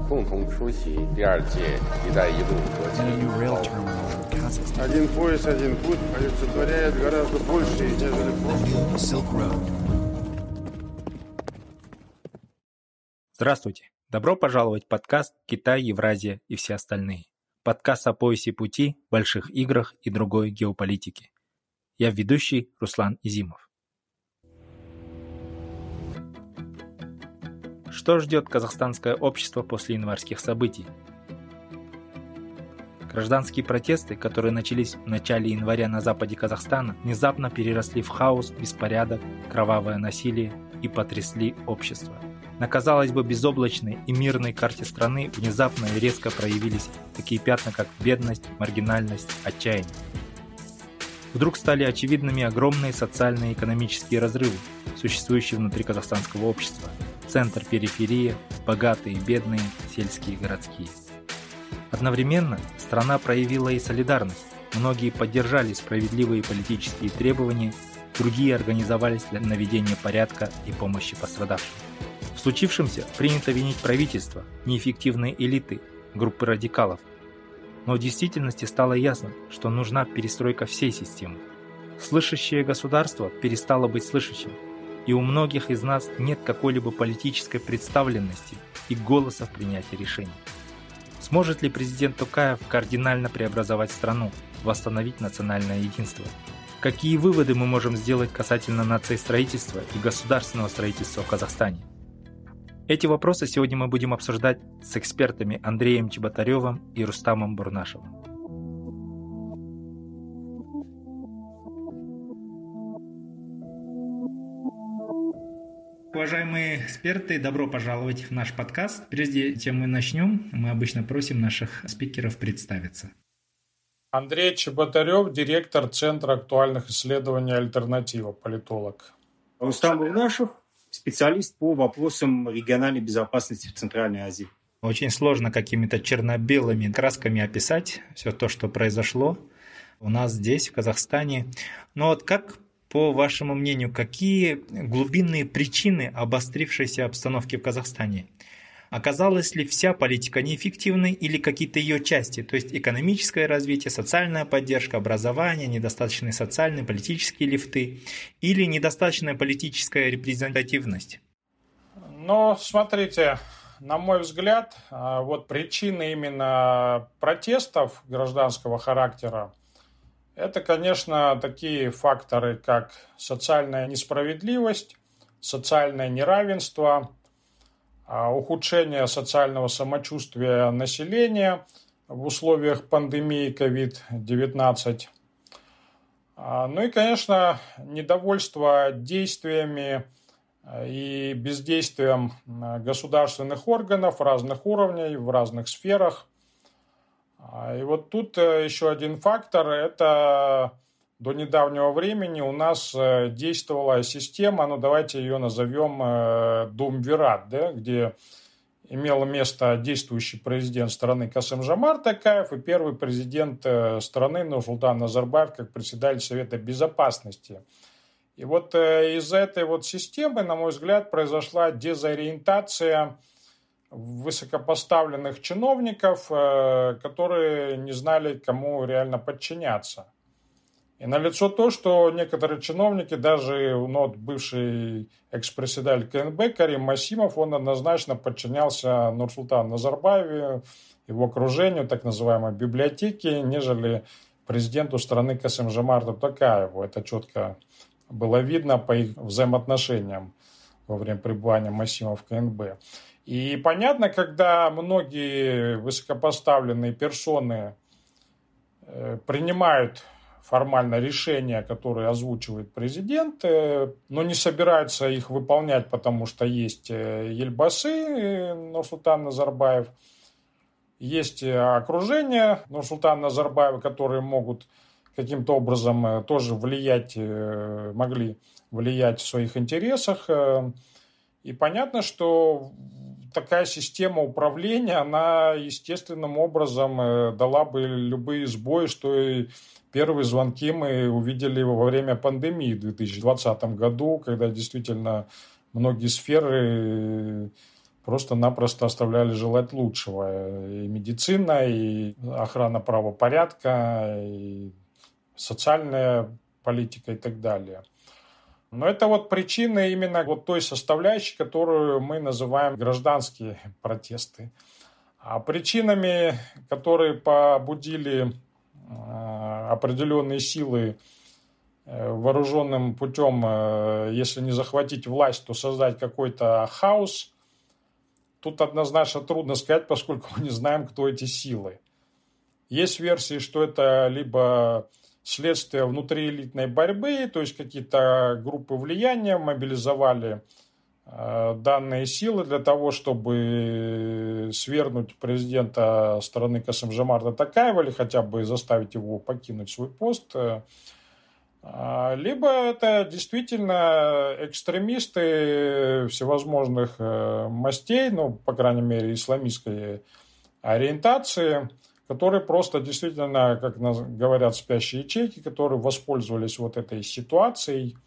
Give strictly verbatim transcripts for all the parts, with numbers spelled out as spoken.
共同出席第二届“一带一路”国际高峰。 Один пояс, один путь олицетворяет гораздо больше, нежели просто. Здравствуйте! Добро пожаловать в подкаст «Китай, Евразия и все остальные». Подкаст о поясе пути, больших играх и другой геополитике. Я ведущий Руслан Изимов. Что ждет казахстанское общество после январских событий? Гражданские протесты, которые начались в начале января на западе Казахстана, внезапно переросли в хаос, беспорядок, кровавое насилие и потрясли общество. На, казалось бы, безоблачной и мирной карте страны внезапно и резко проявились такие пятна, как бедность, маргинальность, отчаяние. Вдруг стали очевидными огромные социальные и экономические разрывы, существующие внутри казахстанского общества. Центр, периферия, богатые и бедные, сельские и городские. Одновременно страна проявила и солидарность. Многие поддержали справедливые политические требования, другие организовались для наведения порядка и помощи пострадавшим. В случившемся принято винить правительство, неэффективные элиты, группы радикалов. Но в действительности стало ясно, что нужна перестройка всей системы. Слышащее государство перестало быть слышащим, и у многих из нас нет какой-либо политической представленности и голоса в принятии решений. Сможет ли президент Токаев кардинально преобразовать страну, восстановить национальное единство? Какие выводы мы можем сделать касательно нациостроительства и государственного строительства в Казахстане? Эти вопросы сегодня мы будем обсуждать с экспертами Андреем Чеботаревым и Рустамом Бурнашевым. Уважаемые эксперты, добро пожаловать в наш подкаст. Прежде чем мы начнем, мы обычно просим наших спикеров представиться. Андрей Чеботарев, директор Центра актуальных исследований «Альтернатива», политолог. Рустам Бурнашев, специалист по вопросам региональной безопасности в Центральной Азии. Очень сложно какими-то черно-белыми красками описать все то, что произошло у нас здесь, в Казахстане. Но вот как, по вашему мнению, какие глубинные причины обострившейся обстановки в Казахстане? Оказалась ли вся политика неэффективной или какие-то ее части, то есть экономическое развитие, социальная поддержка, образование, недостаточные социальные, политические лифты или недостаточная политическая репрезентативность? Ну, смотрите, на мой взгляд, вот причины именно протестов гражданского характера — это, конечно, такие факторы, как социальная несправедливость, социальное неравенство, ухудшение социального самочувствия населения в условиях пандемии ковид девятнадцать. Ну и, конечно, недовольство действиями и бездействием государственных органов разных уровней в разных сферах. И вот тут еще один фактор – это до недавнего времени у нас действовала система, ну давайте ее назовем Думвират, да, где имел место действующий президент страны Касым-Жомарт Токаев и первый президент страны Нурсултан Назарбаев как председатель Совета Безопасности. И вот из этой вот системы, на мой взгляд, произошла дезориентация высокопоставленных чиновников, которые не знали, кому реально подчиняться. И налицо то, что некоторые чиновники, даже ну, вот бывший экс-председатель КНБ Карим Масимов, он однозначно подчинялся Нурсултану Назарбаеву, его окружению, так называемой библиотеке, нежели президенту страны Касым-Жомарту Токаеву. Это четко было видно по их взаимоотношениям во время пребывания Масимова в КНБ. И понятно, когда многие высокопоставленные персоны принимают формально решения, которые озвучивает президент, но не собираются их выполнять, потому что есть Ельбасы Нурсултан Назарбаев, есть окружение Нурсултана Назарбаева, которые могут каким-то образом тоже влиять, могли влиять в своих интересах. И понятно, что такая система управления, она естественным образом дала бы любые сбои, что и первые звонки мы увидели во время пандемии в две тысячи двадцатом году, когда действительно многие сферы просто-напросто оставляли желать лучшего. И медицина, и охрана правопорядка, и социальная политика и так далее. Но это вот причина именно вот той составляющей, которую мы называем гражданские протесты. А причинами, которые побудили определенные силы вооруженным путем, если не захватить власть, то создать какой-то хаос, тут однозначно трудно сказать, поскольку мы не знаем, кто эти силы. Есть версии, что это либо следствие внутриэлитной борьбы, то есть какие-то группы влияния мобилизовали данные силы для того, чтобы свергнуть президента страны Касым-Жомарта Токаева или хотя бы заставить его покинуть свой пост. Либо это действительно экстремисты всевозможных мастей, ну, по крайней мере, исламистской ориентации, которые просто действительно, как говорят, спящие ячейки, которые воспользовались вот этой ситуацией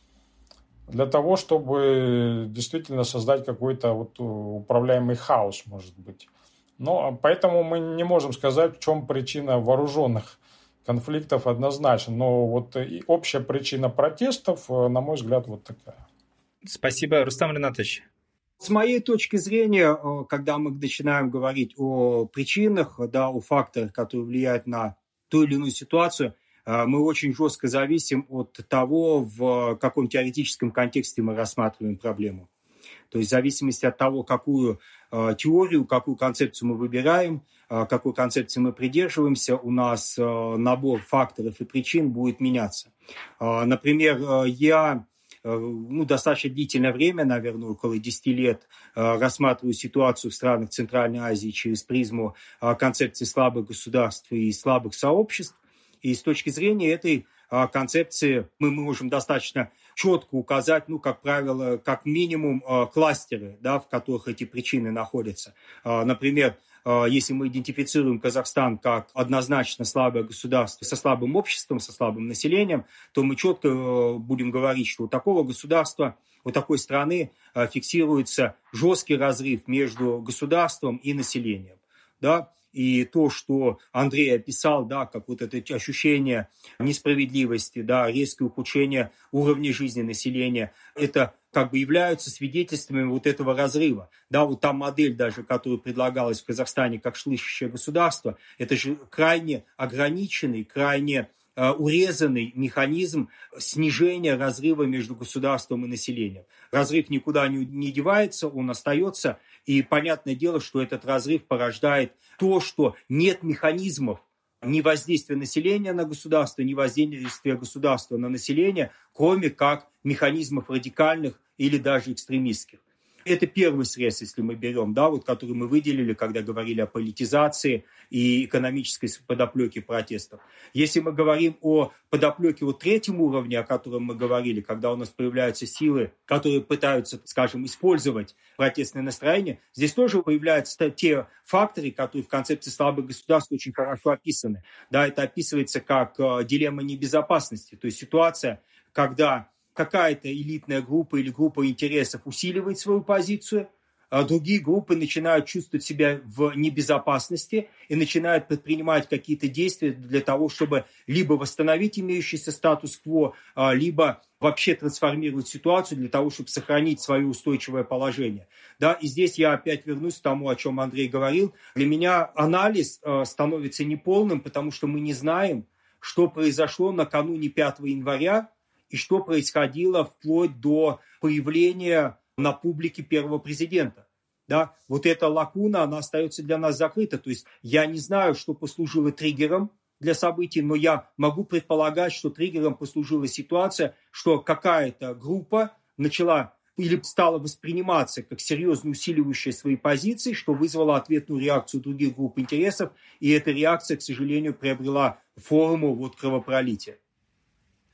для того, чтобы действительно создать какой-то вот управляемый хаос, может быть. Но поэтому мы не можем сказать, в чем причина вооруженных конфликтов однозначно. Но вот и общая причина протестов, на мой взгляд, вот такая. Спасибо, Рустам Ринатович. С моей точки зрения, когда мы начинаем говорить о причинах, да, о факторах, которые влияют на ту или иную ситуацию, мы очень жестко зависим от того, в каком теоретическом контексте мы рассматриваем проблему. То есть в зависимости от того, какую теорию, какую концепцию мы выбираем, какой концепции мы придерживаемся, у нас набор факторов и причин будет меняться. Например, я ну, достаточно длительное время, наверное, около десяти лет, рассматриваю ситуацию в странах Центральной Азии через призму концепции слабых государств и слабых сообществ. И с точки зрения этой концепции мы можем достаточно четко указать, ну, как правило, как минимум кластеры, да, в которых эти причины находятся. Например, если мы идентифицируем Казахстан как однозначно слабое государство со слабым обществом, со слабым населением, то мы четко будем говорить, что у такого государства, у такой страны фиксируется жесткий разрыв между государством и населением. Да? И то, что Андрей описал, да, как вот это ощущение несправедливости, да, резкое ухудшение уровня жизни населения, это как бы являются свидетельствами вот этого разрыва. Да, вот та модель даже, которая предлагалась в Казахстане как слышащее государство, это же крайне ограниченный, крайне э, урезанный механизм снижения разрыва между государством и населением. Разрыв никуда не, не девается, он остается, и понятное дело, что этот разрыв порождает то, что нет механизмов ни воздействия населения на государство, ни воздействия государства на население, кроме как механизмов радикальных или даже экстремистских. Это первый срез, если мы берем, да, вот, который мы выделили, когда говорили о политизации и экономической подоплеке протестов. Если мы говорим о подоплеке вот третьем уровне, о котором мы говорили, когда у нас появляются силы, которые пытаются, скажем, использовать протестное настроение, здесь тоже появляются те факторы, которые в концепции слабых государств очень хорошо описаны. Да, это описывается как дилемма небезопасности, то есть ситуация, когда какая-то элитная группа или группа интересов усиливает свою позицию, а другие группы начинают чувствовать себя в небезопасности и начинают предпринимать какие-то действия для того, чтобы либо восстановить имеющийся статус-кво, либо вообще трансформировать ситуацию для того, чтобы сохранить свое устойчивое положение. Да, и здесь я опять вернусь к тому, о чем Андрей говорил. Для меня анализ становится неполным, потому что мы не знаем, что произошло накануне пятого января, и что происходило вплоть до появления на публике первого президента. Да? Вот эта лакуна, она остается для нас закрыта. То есть я не знаю, что послужило триггером для событий, но я могу предполагать, что триггером послужила ситуация, что какая-то группа начала или стала восприниматься как серьезно усиливающая свои позиции, что вызвало ответную реакцию других групп интересов, и эта реакция, к сожалению, приобрела форму вот кровопролития.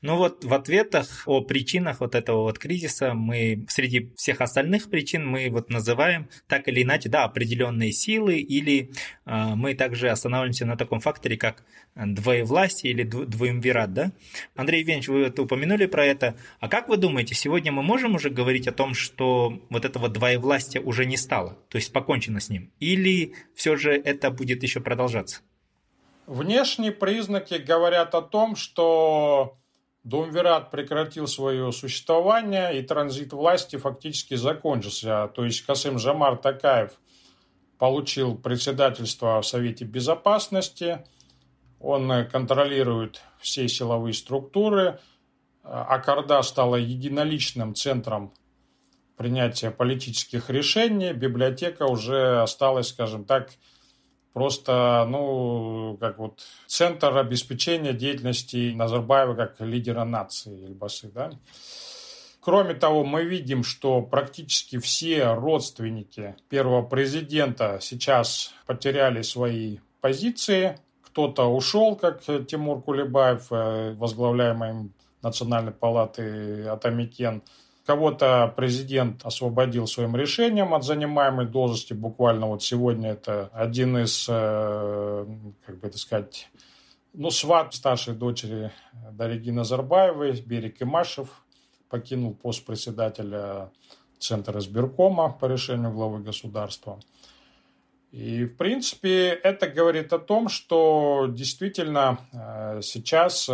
Ну вот в ответах о причинах вот этого вот кризиса мы среди всех остальных причин мы вот называем так или иначе, да, определенные силы, или э, мы также останавливаемся на таком факторе, как двоевластие или двуемвират, да? Андрей Евгеньевич, вы это упомянули про это. А как вы думаете, сегодня мы можем уже говорить о том, что вот этого двоевластия уже не стало, то есть покончено с ним? Или все же это будет еще продолжаться? Внешние признаки говорят о том, что Думвират прекратил свое существование, и транзит власти фактически закончился. То есть Касым-Жомарт Токаев получил председательство в Совете Безопасности, он контролирует все силовые структуры, Акарда стала единоличным центром принятия политических решений, библиотека уже осталась, скажем так, просто, ну, как вот центр обеспечения деятельности Назарбаева как лидера нации, Эльбасы, да. Кроме того, мы видим, что практически все родственники первого президента сейчас потеряли свои позиции. Кто-то ушел, как Тимур Кулебаев, возглавляемый Национальной палатой Атамекен. Кого-то президент освободил своим решением от занимаемой должности. Буквально вот сегодня это один из, как бы это сказать, ну, сват старшей дочери Дариги Назарбаевой, Берик Имашев, покинул пост председателя Центра избиркома по решению главы государства. И, в принципе, это говорит о том, что действительно сейчас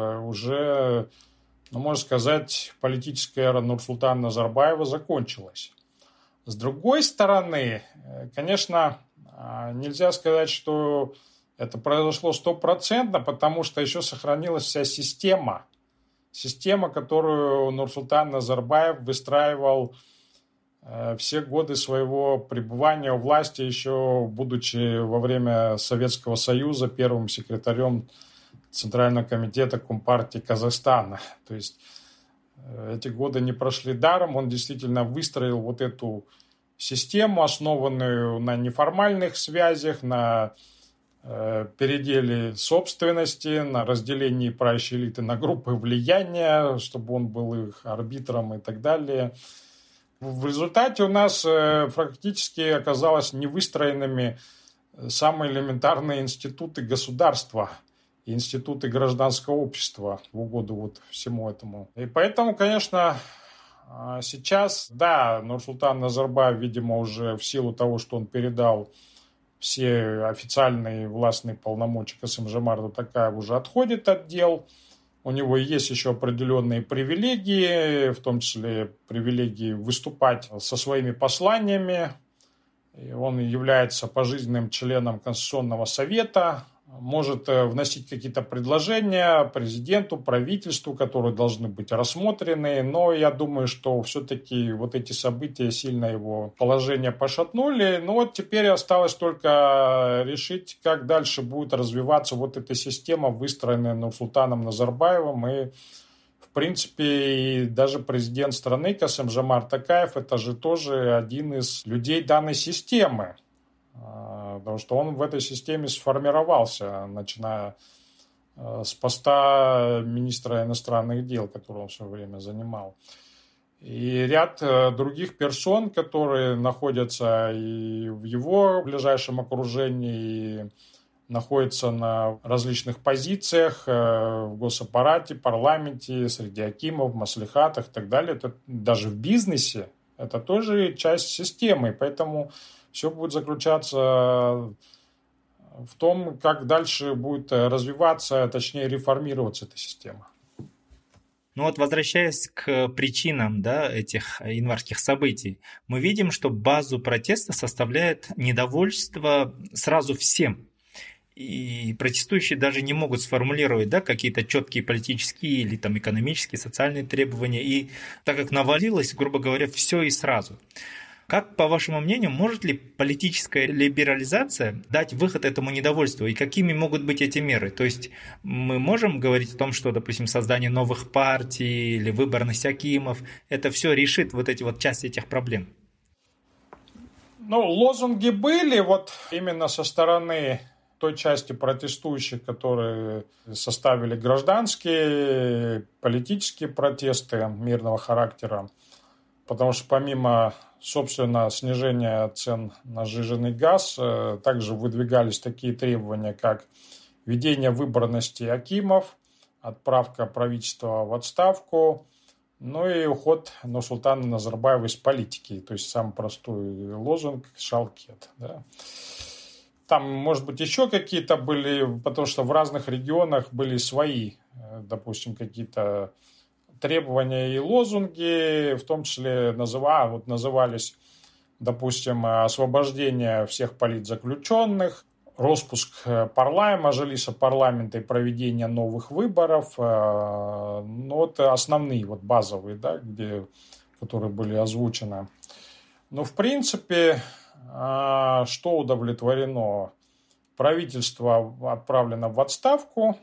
уже, ну, можно сказать, политическая эра Нурсултана Назарбаева закончилась. С другой стороны, конечно, нельзя сказать, что это произошло стопроцентно, потому что еще сохранилась вся система. Система, которую Нурсултан Назарбаев выстраивал все годы своего пребывания у власти, еще будучи во время Советского Союза первым секретарем Центрального комитета Компартии Казахстана. То есть эти годы не прошли даром. Он действительно выстроил вот эту систему, основанную на неформальных связях, на э, переделе собственности, на разделении правящей элиты на группы влияния, чтобы он был их арбитром и так далее. В результате у нас э, практически оказалось невыстроенными самые элементарные институты государства, институты гражданского общества в угоду вот всему этому. И поэтому, конечно, сейчас, да, Нурсултан Назарбаев, видимо, уже в силу того, что он передал все официальные властные полномочия Касым-Жомарту Токаеву, уже отходит от дел. У него есть еще определенные привилегии, в том числе привилегии выступать со своими посланиями. И он является пожизненным членом Конституционного совета, может вносить какие-то предложения президенту, правительству, которые должны быть рассмотрены. Но я думаю, что все-таки вот эти события сильно его положение пошатнули. Но вот теперь осталось только решить, как дальше будет развиваться вот эта система, выстроенная Нурсултаном Назарбаевым. И, в принципе, даже президент страны Касым-Жомарт Токаев – это же тоже один из людей данной системы. Потому что он в этой системе сформировался, начиная с поста министра иностранных дел, который он в свое время занимал. И ряд других персон, которые находятся и в его ближайшем окружении, и находятся на различных позициях в госаппарате, парламенте, среди акимов, маслихатах и так далее. Это даже в бизнесе. Это тоже часть системы. Поэтому все будет заключаться в том, как дальше будет развиваться, точнее реформироваться эта система. Ну вот, возвращаясь к причинам, да, этих январских событий, мы видим, что базу протеста составляет недовольство сразу всем. И протестующие даже не могут сформулировать, да, какие-то четкие политические или там экономические, социальные требования. И так как навалилось, грубо говоря, все и сразу. Как, по вашему мнению, может ли политическая либерализация дать выход этому недовольству? И какими могут быть эти меры? То есть мы можем говорить о том, что, допустим, создание новых партий или выборность акимов, это все решит вот эти вот часть этих проблем? Ну, лозунги были вот именно со стороны той части протестующих, которые составили гражданские, политические протесты мирного характера. Потому что помимо, собственно, снижения цен на сжиженный газ, также выдвигались такие требования, как введение выборности акимов, отправка правительства в отставку, ну и уход Нурсултана Назарбаева из политики. То есть самый простой лозунг «Шалкет». Да. Там, может быть, еще какие-то были, потому что в разных регионах были свои, допустим, какие-то требования и лозунги, в том числе называ, вот назывались, допустим, освобождение всех политзаключенных, распуск парламента, мажилиса парламента и проведение новых выборов. Ну, вот основные, вот базовые, да, где, которые были озвучены. Но, в принципе, что удовлетворено? Правительство отправлено в отставку,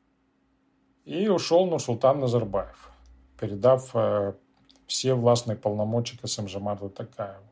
и ушел Нурсултан Назарбаев, передав все властные полномочия Касым-Жомарту Токаеву.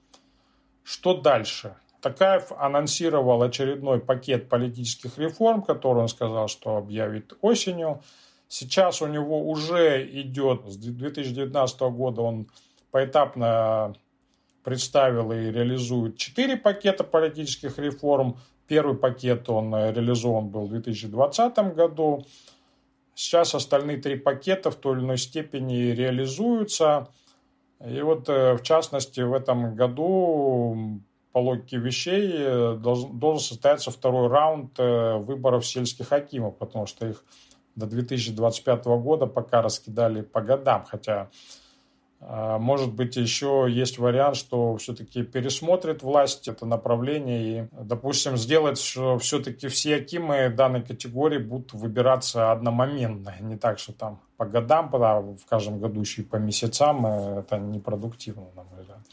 Что дальше? Токаев анонсировал очередной пакет политических реформ, который он сказал, что объявит осенью. Сейчас у него уже идет, с две тысячи девятнадцатого года он поэтапно представил и реализует четыре пакета политических реформ. Первый пакет он реализован был в две тысячи двадцатом году. Сейчас остальные три пакета в той или иной степени реализуются. И вот, в частности, в этом году, по логике вещей, должен, должен состояться второй раунд выборов сельских акимов, потому что их до две тысячи двадцать пятого года пока раскидали по годам. Хотя, может быть, еще есть вариант, что все-таки пересмотрит власть это направление и, допустим, сделать, что все-таки все акимы данной категории будут выбираться одномоментно. Не так, что там по годам, в каждом году еще и по месяцам. Это непродуктивно, на мой взгляд.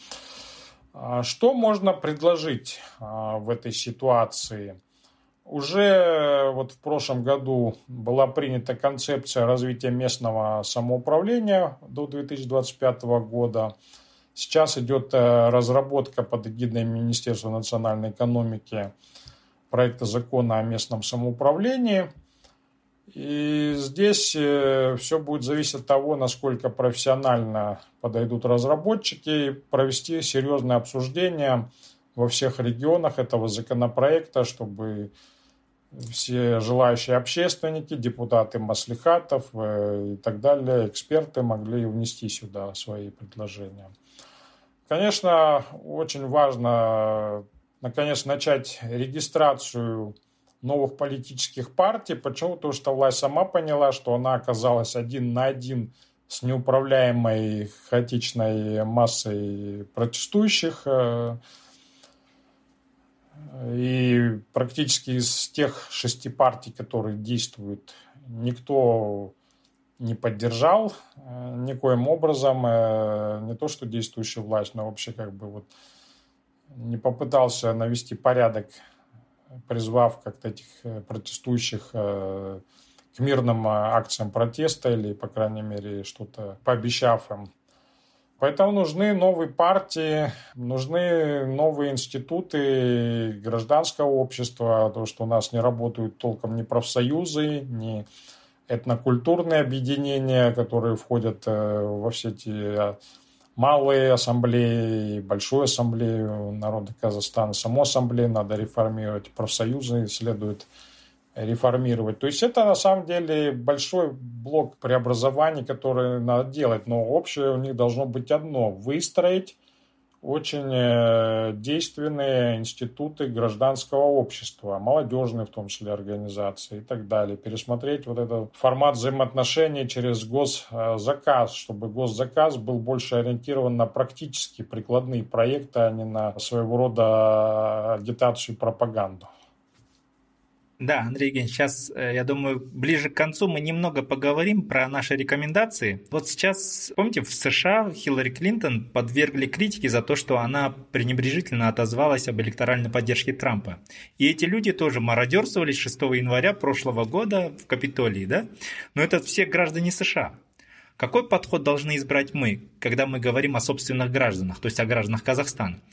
Что можно предложить в этой ситуации? Уже вот в прошлом году была принята концепция развития местного самоуправления до две тысячи двадцать пятого года. Сейчас идет разработка под эгидой Министерства национальной экономики проекта закона о местном самоуправлении. И здесь все будет зависеть от того, насколько профессионально подойдут разработчики, провести серьезное обсуждение во всех регионах этого законопроекта, чтобы все желающие общественники, депутаты маслихатов и так далее, эксперты могли внести сюда свои предложения. Конечно, очень важно, наконец, начать регистрацию новых политических партий. Почему? Потому что власть сама поняла, что она оказалась один на один с неуправляемой хаотичной массой протестующих. И практически из тех шести партий, которые действуют, никто не поддержал никоим образом не то, что действующую власть, но вообще как бы вот не попытался навести порядок, призвав как-то этих протестующих к мирным акциям протеста или, по крайней мере, что-то пообещав им. Поэтому нужны новые партии, нужны новые институты гражданского общества, то, что у нас не работают толком ни профсоюзы, ни этнокультурные объединения, которые входят во все эти малые ассамблеи, большую ассамблею народа Казахстана, саму ассамблею надо реформировать, профсоюзы следует реформировать. То есть это на самом деле большой блок преобразований, которые надо делать, но общее у них должно быть одно – выстроить очень действенные институты гражданского общества, молодежные в том числе организации и так далее. Пересмотреть вот этот формат взаимоотношений через госзаказ, чтобы госзаказ был больше ориентирован на практические прикладные проекты, а не на своего рода агитацию и пропаганду. Да, Андрей Евгеньевич, сейчас, я думаю, ближе к концу мы немного поговорим про наши рекомендации. Вот сейчас, помните, в США Хиллари Клинтон подвергли критике за то, что она пренебрежительно отозвалась об электоральной поддержке Трампа. И эти люди тоже мародерствовали шестого января прошлого года в Капитолии, да? Но это все граждане США. Какой подход должны избрать мы, когда мы говорим о собственных гражданах, то есть о гражданах Казахстана?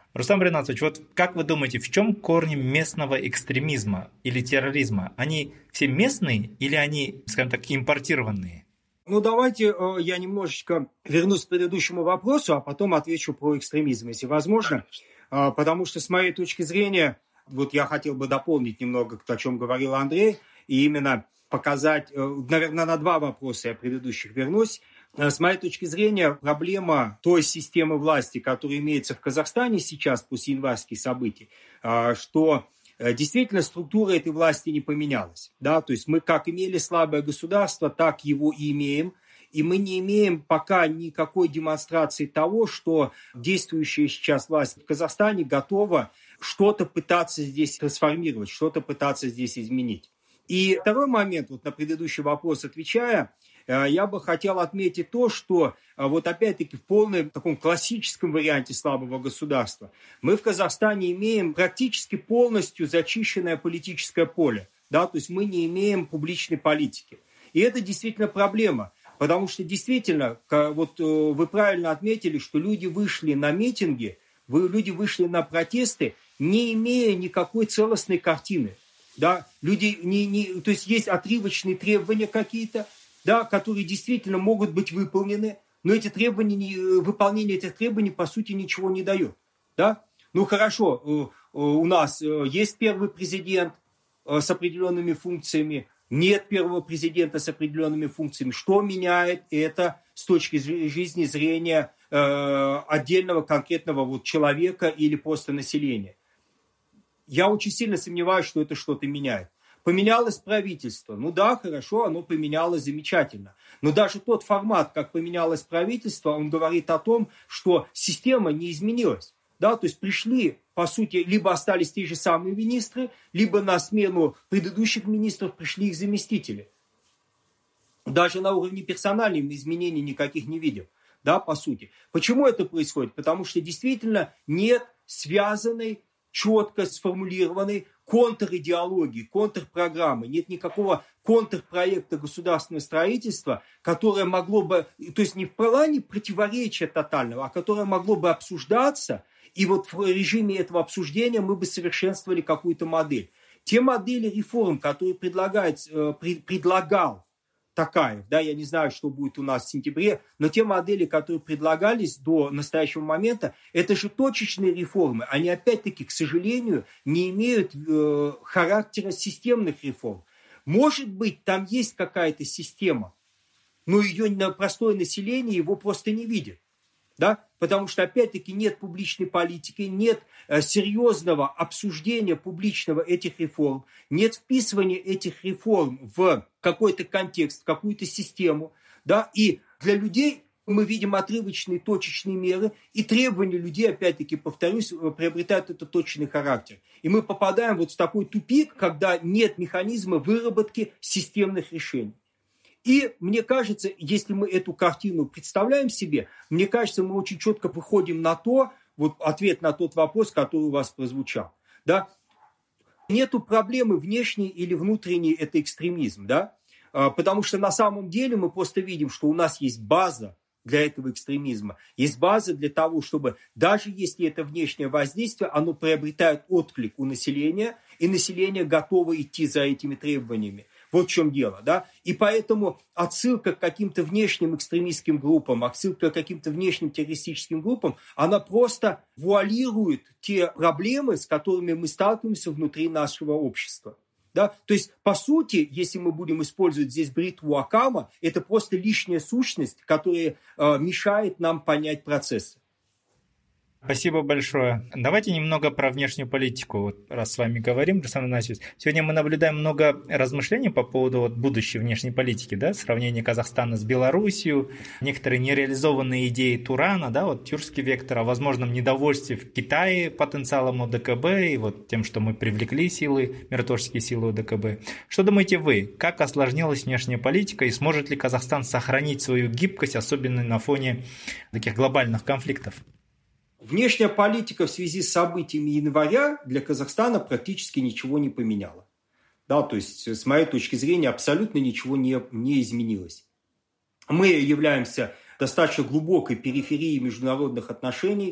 Рустам Ринатович, вот как вы думаете, в чем корни местного экстремизма или терроризма? Они все местные или они, скажем так, импортированные? Ну, давайте я немножечко вернусь к предыдущему вопросу, а потом отвечу про экстремизм, если возможно. Потому что, с моей точки зрения, вот я хотел бы дополнить немного то, о чем говорил Андрей, и именно показать, наверное, на два вопроса я предыдущих вернусь. С моей точки зрения, проблема той системы власти, которая имеется в Казахстане сейчас после январских событий, что действительно структура этой власти не поменялась. Да? То есть мы как имели слабое государство, так его и имеем. И мы не имеем пока никакой демонстрации того, что действующая сейчас власть в Казахстане готова что-то пытаться здесь трансформировать, что-то пытаться здесь изменить. И второй момент, вот на предыдущий вопрос отвечая, я бы хотел отметить то, что вот опять-таки в полном таком классическом варианте слабого государства мы в Казахстане имеем практически полностью зачищенное политическое поле. Да? То есть мы не имеем публичной политики. И это действительно проблема, потому что действительно, вот вы правильно отметили, что люди вышли на митинги, люди вышли на протесты, не имея никакой целостной картины. Да? Люди не, не, то есть есть отрывочные требования какие-то, да, которые действительно могут быть выполнены, но эти требования, выполнение этих требований, по сути, ничего не дает. Да? Ну, хорошо, у нас есть первый президент с определенными функциями, нет первого президента с определенными функциями. Что меняет это с точки жизни зрения отдельного конкретного вот человека или просто населения? Я очень сильно сомневаюсь, что это что-то меняет. Поменялось правительство. Ну да, хорошо, оно поменялось замечательно. Но даже тот формат, как поменялось правительство, он говорит о том, что система не изменилась. Да, то есть пришли, по сути, либо остались те же самые министры, либо на смену предыдущих министров пришли их заместители. Даже на уровне персональных изменений никаких не видим. Да, по сути. Почему это происходит? Потому что действительно нет связанной, четко сформулированной контр-идеологии, контрпрограммы, нет никакого контрпроекта государственного строительства, которое могло бы, то есть не в плане противоречия тотального, а которое могло бы обсуждаться, и вот в режиме этого обсуждения мы бы совершенствовали какую-то модель. Те модели реформ, которые предлагает, предлагал Токаев, да, я не знаю, что будет у нас в сентябре, но те модели, которые предлагались до настоящего момента, это же точечные реформы. Они, опять-таки, к сожалению, не имеют э, характера системных реформ. Может быть, там есть какая-то система, но ее простое население его просто не видит. Да? Потому что, опять-таки, нет публичной политики, нет э, серьезного обсуждения публичного этих реформ, нет вписывания этих реформ в какой-то контекст, в какую-то систему. Да? И для людей мы видим отрывочные, точечные меры, и требования людей, опять-таки, повторюсь, приобретают этот точный характер. И мы попадаем вот в такой тупик, когда нет механизма выработки системных решений. И мне кажется, если мы эту картину представляем себе, мне кажется, мы очень четко выходим на то, вот ответ на тот вопрос, который у вас прозвучал. Да? Нету проблемы внешней или внутренней, это экстремизм. Да? Потому что на самом деле мы просто видим, что у нас есть база для этого экстремизма. Есть база для того, чтобы даже если это внешнее воздействие, оно приобретает отклик у населения, и население готово идти за этими требованиями. Вот в чем дело, да? И поэтому отсылка к каким-то внешним экстремистским группам, отсылка к каким-то внешним террористическим группам, она просто вуалирует те проблемы, с которыми мы сталкиваемся внутри нашего общества. Да? То есть, по сути, если мы будем использовать здесь бритву Оккама, это просто лишняя сущность, которая э, мешает нам понять процессы. Спасибо большое. Давайте немного про внешнюю политику, вот, раз с вами говорим, Рустам Ринатович. Сегодня мы наблюдаем много размышлений по поводу вот, будущей внешней политики, да, сравнение Казахстана с Белоруссией, некоторые нереализованные идеи Турана, да, вот тюркский вектор, о возможном недовольстве в Китае потенциалом ОДКБ и вот тем, что мы привлекли силы, миротворческие силы ОДКБ. Что думаете вы, как осложнилась внешняя политика и сможет ли Казахстан сохранить свою гибкость, особенно на фоне таких глобальных конфликтов? Внешняя политика в связи с событиями января для Казахстана практически ничего не поменяла. Да, то есть, с моей точки зрения, абсолютно ничего не, не изменилось. Мы являемся достаточно глубокой периферией международных отношений.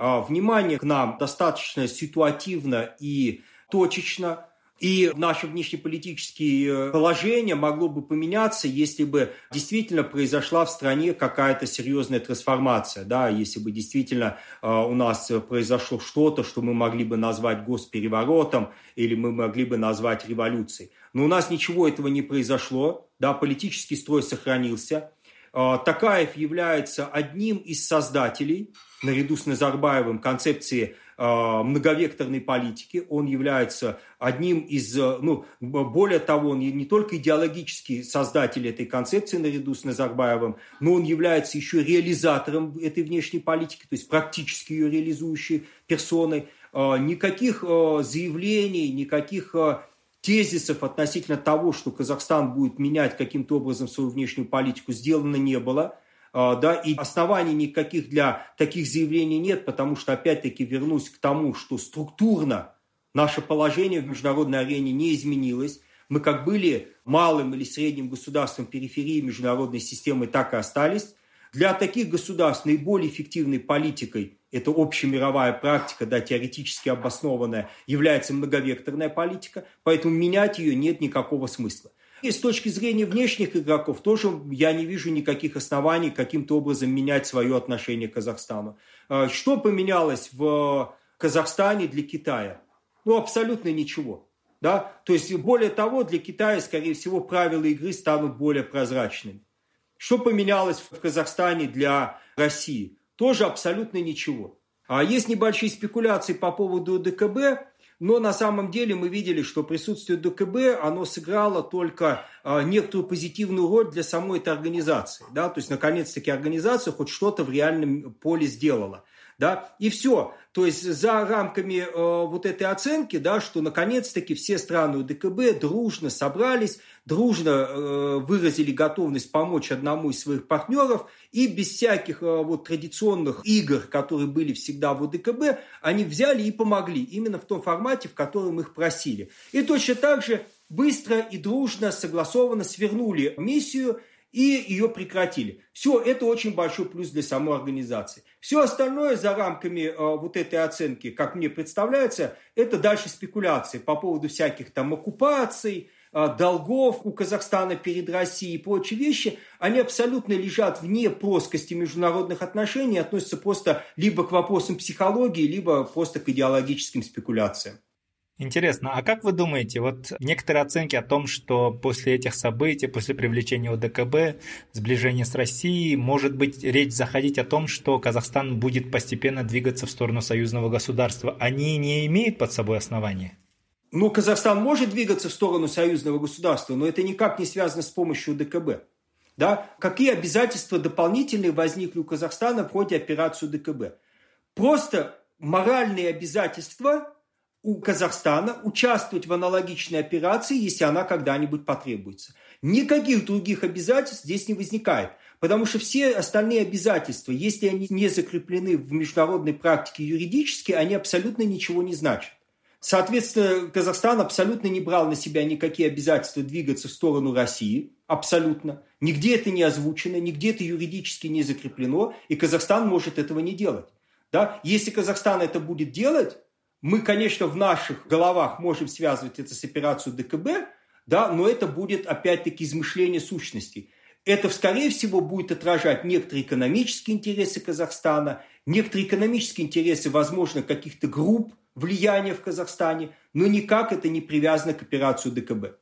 внимание к нам достаточно ситуативно и точечно. И наше внешнеполитическое положение могло бы поменяться, если бы действительно произошла в стране какая-то серьезная трансформация, да, если бы действительно э, у нас произошло что-то, что мы могли бы назвать госпереворотом или мы могли бы назвать революцией. Но у нас ничего этого не произошло, да, политический строй сохранился. Э, Токаев является одним из создателей, наряду с Назарбаевым, концепции многовекторной политики. Он является одним из, ну, более того, он не только идеологический создатель этой концепции наряду с Назарбаевым, но он является еще реализатором этой внешней политики, то есть практически ее реализующей персоной. Никаких заявлений, никаких тезисов относительно того, что Казахстан будет менять каким-то образом свою внешнюю политику, сделано не было. Да, и оснований никаких для таких заявлений нет, потому что, опять-таки, вернусь к тому, что структурно наше положение в международной арене не изменилось. Мы как были малым или средним государством периферии международной системы, так и остались. Для таких государств наиболее эффективной политикой, это общемировая практика, да, теоретически обоснованная, является многовекторная политика, поэтому менять ее нет никакого смысла. И с точки зрения внешних игроков тоже я не вижу никаких оснований каким-то образом менять свое отношение к Казахстану. Что поменялось в Казахстане для Китая? Ну, абсолютно ничего. Да? То есть, более того, для Китая, скорее всего, правила игры станут более прозрачными. Что поменялось в Казахстане для России? Тоже абсолютно ничего. А есть небольшие спекуляции по поводу ДКБ. Но на самом деле мы видели, что присутствие ДКБ, оно сыграло только э, некоторую позитивную роль для самой этой организации. Да? То есть, наконец-таки, организация хоть что-то в реальном поле сделала. Да? И все. То есть, за рамками э, вот этой оценки, да, что, наконец-таки, все страны УДКБ дружно собрались, дружно э, выразили готовность помочь одному из своих партнеров, и без всяких э, вот, традиционных игр, которые были всегда в УДКБ, они взяли и помогли именно в том формате, в котором их просили. И точно так же быстро и дружно, согласованно свернули миссию и ее прекратили. Все, это очень большой плюс для самой организации. Все остальное за рамками э, вот этой оценки, как мне представляется, это дальше спекуляции по поводу всяких там оккупаций, э, долгов у Казахстана перед Россией и прочие вещи. Они абсолютно лежат вне плоскости международных отношений, относятся просто либо к вопросам психологии, либо просто к идеологическим спекуляциям. Интересно, а как вы думаете, вот некоторые оценки о том, что после этих событий, после привлечения ОДКБ, сближения с Россией, может быть речь заходить о том, что Казахстан будет постепенно двигаться в сторону союзного государства, они не имеют под собой основания? Ну, Казахстан может двигаться в сторону союзного государства, но это никак не связано с помощью ОДКБ. Да? Какие обязательства дополнительные возникли у Казахстана в ходе операции ОДКБ? Просто моральные обязательства у Казахстана участвовать в аналогичной операции, если она когда-нибудь потребуется. Никаких других обязательств здесь не возникает, потому что все остальные обязательства, если они не закреплены в международной практике юридически, они абсолютно ничего не значат. Соответственно, Казахстан абсолютно не брал на себя никакие обязательства двигаться в сторону России, абсолютно. Нигде это не озвучено, нигде это юридически не закреплено, и Казахстан может этого не делать. Да? Если Казахстан это будет делать, мы, конечно, в наших головах можем связывать это с операцией ДКБ, да, но это будет, опять-таки, измышление сущностей. Это, скорее всего, будет отражать некоторые экономические интересы Казахстана, некоторые экономические интересы, возможно, каких-то групп влияния в Казахстане, но никак это не привязано к операции ДКБ.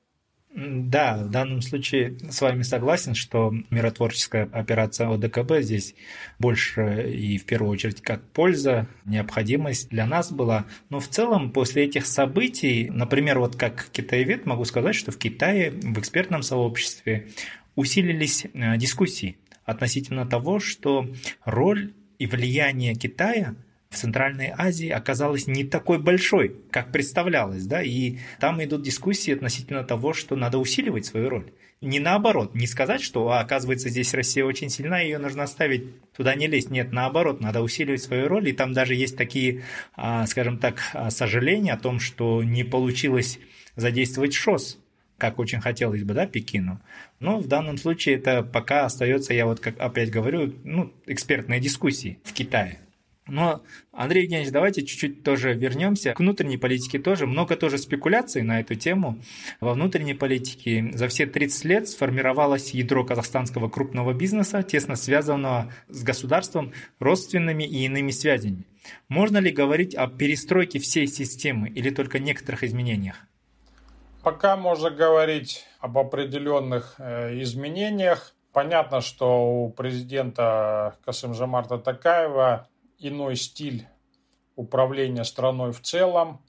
Да, в данном случае с вами согласен, что миротворческая операция ОДКБ здесь больше и в первую очередь как польза, необходимость для нас была. Но в целом после этих событий, например, вот как китаевед могу сказать, что в Китае в экспертном сообществе усилились дискуссии относительно того, что роль и влияние Китая в Центральной Азии оказалась не такой большой, как представлялось, да, и там идут дискуссии относительно того, что надо усиливать свою роль. Не наоборот, не сказать, что, а, оказывается, здесь Россия очень сильна, ее нужно оставить, туда не лезть. Нет, наоборот, надо усиливать свою роль, и там даже есть такие, скажем так, сожаления о том, что не получилось задействовать ШОС, как очень хотелось бы, да, Пекину. Но в данном случае это пока остается, я вот как опять говорю, ну, экспертные дискуссии в Китае. Но, Андрей Евгеньевич, давайте чуть-чуть тоже вернемся к внутренней политике тоже. Много тоже спекуляций на эту тему. Во внутренней политике за все тридцать лет сформировалось ядро казахстанского крупного бизнеса, тесно связанного с государством, родственными и иными связями. Можно ли говорить о перестройке всей системы или только некоторых изменениях? Пока можно говорить об определенных изменениях. Понятно, что у президента Касым-Жомарта Токаева иной стиль управления страной в целом,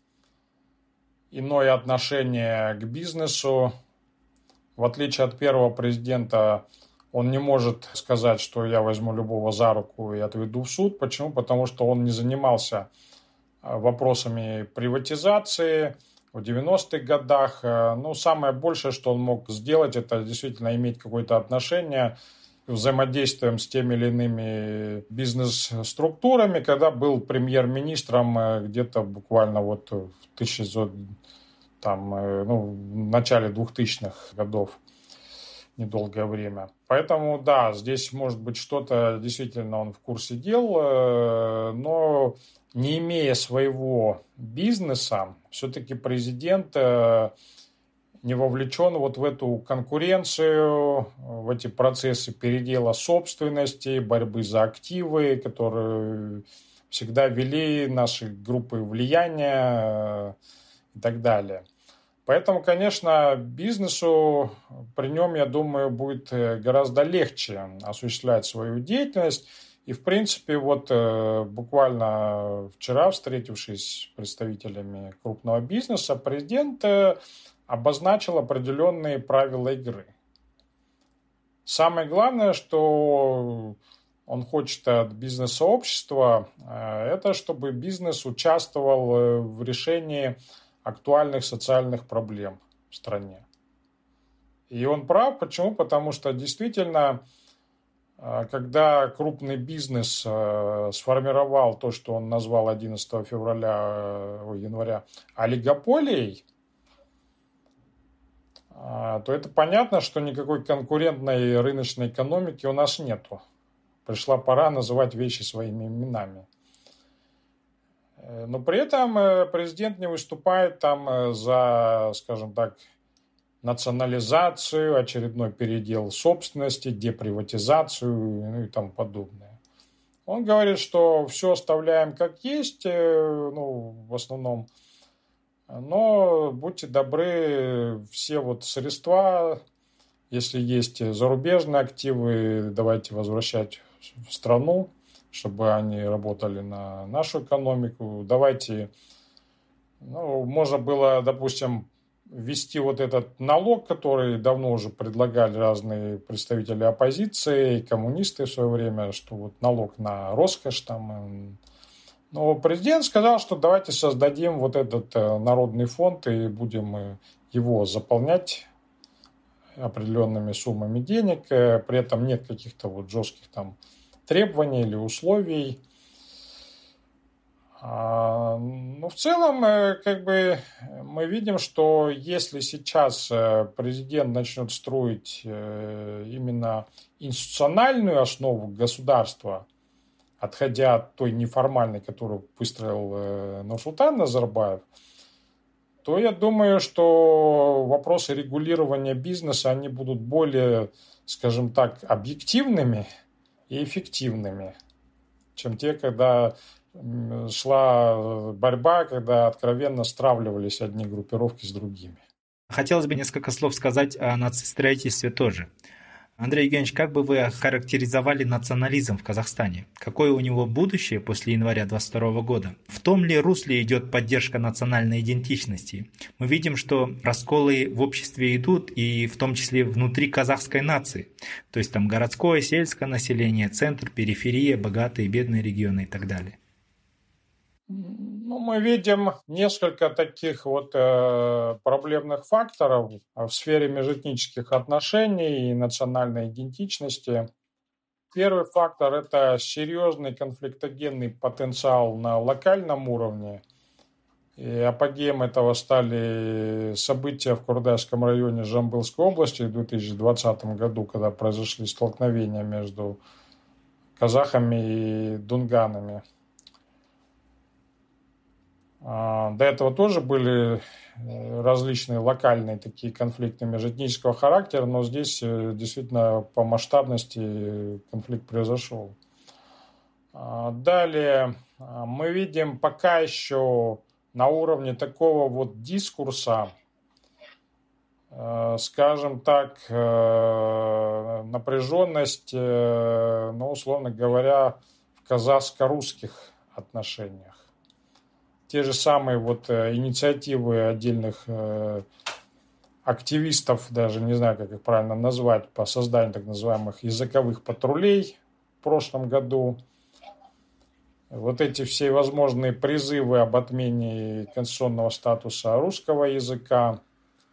иное отношение к бизнесу. В отличие от первого президента, он не может сказать, что я возьму любого за руку и отведу в суд. Почему? Потому что он не занимался вопросами приватизации в девяностых годах. Ну, самое большее, что он мог сделать, это действительно иметь какое-то отношение взаимодействием с теми или иными бизнес-структурами, когда был премьер-министром где-то буквально вот в тысяча девятьсот, там, ну, в начале двухтысячных годов, недолгое время. Поэтому, да, здесь может быть что-то действительно он в курсе дел, но не имея своего бизнеса, все-таки президент не вовлечен вот в эту конкуренцию, в эти процессы передела собственности, борьбы за активы, которые всегда вели наши группы влияния и так далее. Поэтому, конечно, бизнесу при нем, я думаю, будет гораздо легче осуществлять свою деятельность. И, в принципе, вот буквально вчера, встретившись с представителями крупного бизнеса, президент обозначил определенные правила игры. Самое главное, что он хочет от бизнес-сообщества, это чтобы бизнес участвовал в решении актуальных социальных проблем в стране. И он прав. Почему? Потому что действительно, когда крупный бизнес сформировал то, что он назвал одиннадцатого февраля, января олигополией, то это понятно, что никакой конкурентной рыночной экономики у нас нету. Пришла пора называть вещи своими именами. Но при этом президент не выступает там за, скажем так, национализацию, очередной передел собственности, деприватизацию, ну и тому подобное. Он говорит, что все оставляем как есть, ну, в основном, но будьте добры, все вот средства, если есть зарубежные активы, давайте возвращать в страну, чтобы они работали на нашу экономику. Давайте, ну, можно было, допустим, ввести вот этот налог, который давно уже предлагали разные представители оппозиции, и коммунисты в свое время, что вот налог на роскошь там. Но президент сказал, что давайте создадим вот этот народный фонд и будем его заполнять определенными суммами денег. При этом нет каких-то вот жестких там требований или условий. Ну, в целом, как бы мы видим, что если сейчас президент начнет строить именно институциональную основу государства, отходя от той неформальной, которую выстроил Нурсултан Назарбаев, то я думаю, что вопросы регулирования бизнеса, они будут более, скажем так, объективными и эффективными, чем те, когда шла борьба, когда откровенно стравливались одни группировки с другими. Хотелось бы несколько слов сказать о нацистроительстве тоже. Андрей Евгеньевич, как бы вы охарактеризовали национализм в Казахстане? Какое у него будущее после января двадцать второго года? В том ли русле идет поддержка национальной идентичности? Мы видим, что расколы в обществе идут, и в том числе внутри казахской нации. То есть там городское, сельское население, центр, периферия, богатые, бедные регионы и так далее. Ну, мы видим несколько таких вот э, проблемных факторов в сфере межэтнических отношений и национальной идентичности. Первый фактор – это серьезный конфликтогенный потенциал на локальном уровне. И апогеем этого стали события в Курдайском районе Жамбылской области в две тысячи двадцатом году, когда произошли столкновения между казахами и дунганами. До этого тоже были различные локальные такие конфликты межэтнического характера, но здесь действительно по масштабности конфликт произошел. Далее мы видим пока еще на уровне такого вот дискурса, скажем так, напряженность, ну, условно говоря, в казахско-русских отношениях. Те же самые вот инициативы отдельных активистов, даже не знаю, как их правильно назвать, по созданию так называемых языковых патрулей в прошлом году. Вот эти все возможные призывы об отмене конституционного статуса русского языка,